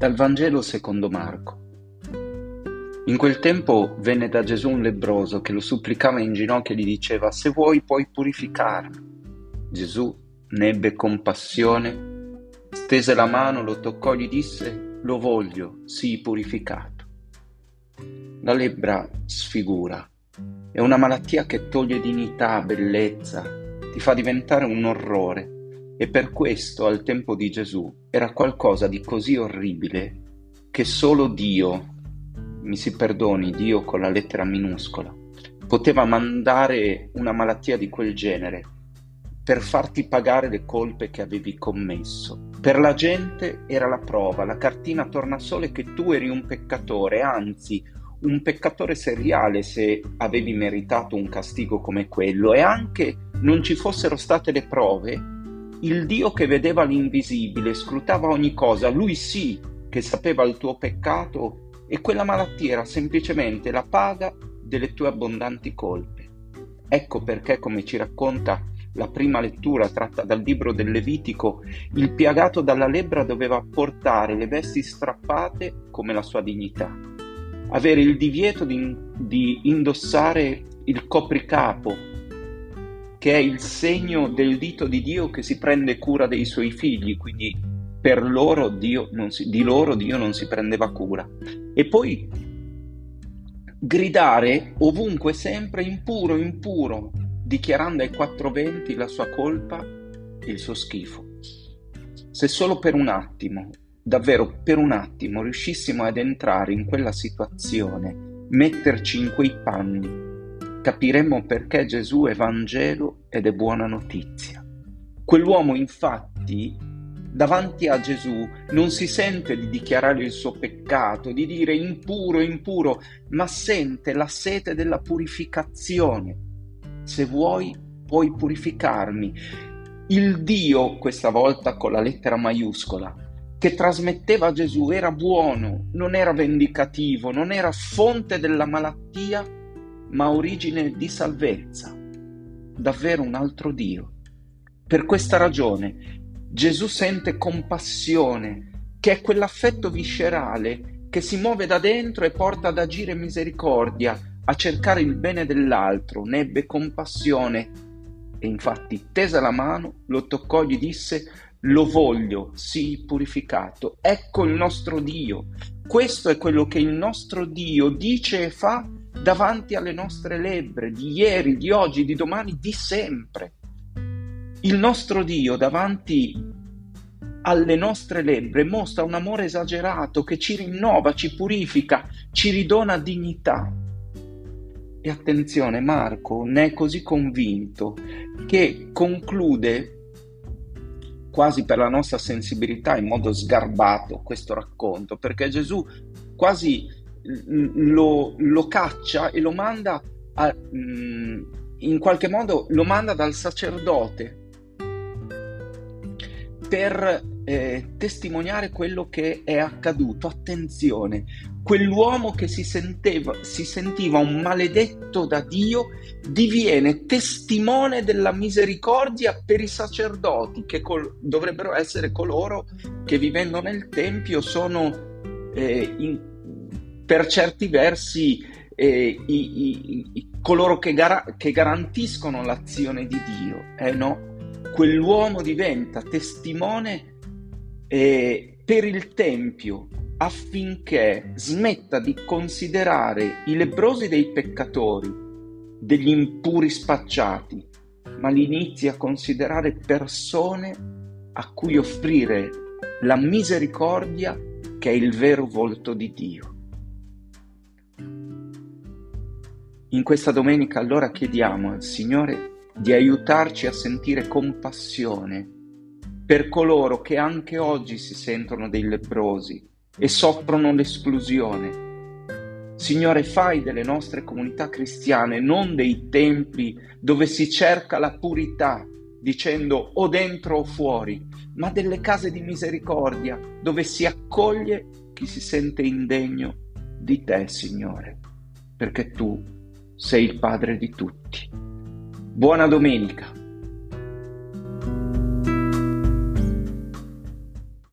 Dal Vangelo secondo Marco. In quel tempo venne da Gesù un lebbroso che lo supplicava in ginocchio e gli diceva: «Se vuoi puoi purificarmi». Gesù ne ebbe compassione, stese la mano, lo toccò e gli disse: «Lo voglio, sii purificato». La lebbra sfigura, è una malattia che toglie dignità, bellezza, ti fa diventare un orrore. E per questo al tempo di Gesù era qualcosa di così orribile che solo Dio, mi si perdoni, Dio con la lettera minuscola, poteva mandare una malattia di quel genere per farti pagare le colpe che avevi commesso. Per la gente era la prova, la cartina tornasole che tu eri un peccatore, anzi un peccatore seriale se avevi meritato un castigo come quello, e anche non ci fossero state le prove, il Dio che vedeva l'invisibile, scrutava ogni cosa, lui sì che sapeva il tuo peccato, e quella malattia era semplicemente la paga delle tue abbondanti colpe. Ecco perché, come ci racconta la prima lettura tratta dal libro del Levitico, il piagato dalla lebbra doveva portare le vesti strappate come la sua dignità, avere il divieto di indossare il copricapo, che è il segno del dito di Dio che si prende cura dei suoi figli, quindi di loro Dio non si prendeva cura. E poi gridare ovunque sempre: impuro, impuro, dichiarando ai quattro venti la sua colpa e il suo schifo. Se solo per un attimo, davvero per un attimo, riuscissimo ad entrare in quella situazione, metterci in quei panni, capiremmo perché Gesù è Vangelo ed è buona notizia. Quell'uomo, infatti, davanti a Gesù non si sente di dichiarare il suo peccato, di dire impuro, impuro, ma sente la sete della purificazione. Se vuoi, puoi purificarmi. Il Dio, questa volta con la lettera maiuscola, che trasmetteva a Gesù era buono, non era vendicativo, non era fonte della malattia, ma origine di salvezza, davvero un altro Dio. Per questa ragione Gesù sente compassione, che è quell'affetto viscerale che si muove da dentro e porta ad agire misericordia, a cercare il bene dell'altro. Ne ebbe compassione e infatti, tesa la mano, lo toccò e gli disse: «Lo voglio, sii purificato». Ecco il nostro Dio. Questo è quello che il nostro Dio dice e fa davanti alle nostre lebbre, di ieri, di oggi, di domani, di sempre. Il nostro Dio davanti alle nostre lebbre mostra un amore esagerato che ci rinnova, ci purifica, ci ridona dignità. E attenzione, Marco ne è così convinto che conclude quasi per la nostra sensibilità in modo sgarbato questo racconto, perché Gesù quasi lo caccia e lo manda in qualche modo lo manda dal sacerdote per testimoniare quello che è accaduto. Attenzione, quell'uomo che si sentiva un maledetto da Dio diviene testimone della misericordia per i sacerdoti, che dovrebbero essere coloro che, vivendo nel Tempio, sono per certi versi coloro che garantiscono l'azione di Dio. No? Quell'uomo diventa testimone per il Tempio, affinché smetta di considerare i lebbrosi dei peccatori, degli impuri spacciati, ma li inizi a considerare persone a cui offrire la misericordia, che è il vero volto di Dio. In questa domenica allora chiediamo al Signore di aiutarci a sentire compassione per coloro che anche oggi si sentono dei lebbrosi e soffrono l'esclusione. Signore, fai delle nostre comunità cristiane non dei templi dove si cerca la purità, dicendo o dentro o fuori, ma delle case di misericordia dove si accoglie chi si sente indegno di te, Signore, perché tu sei il Padre di tutti. Buona domenica!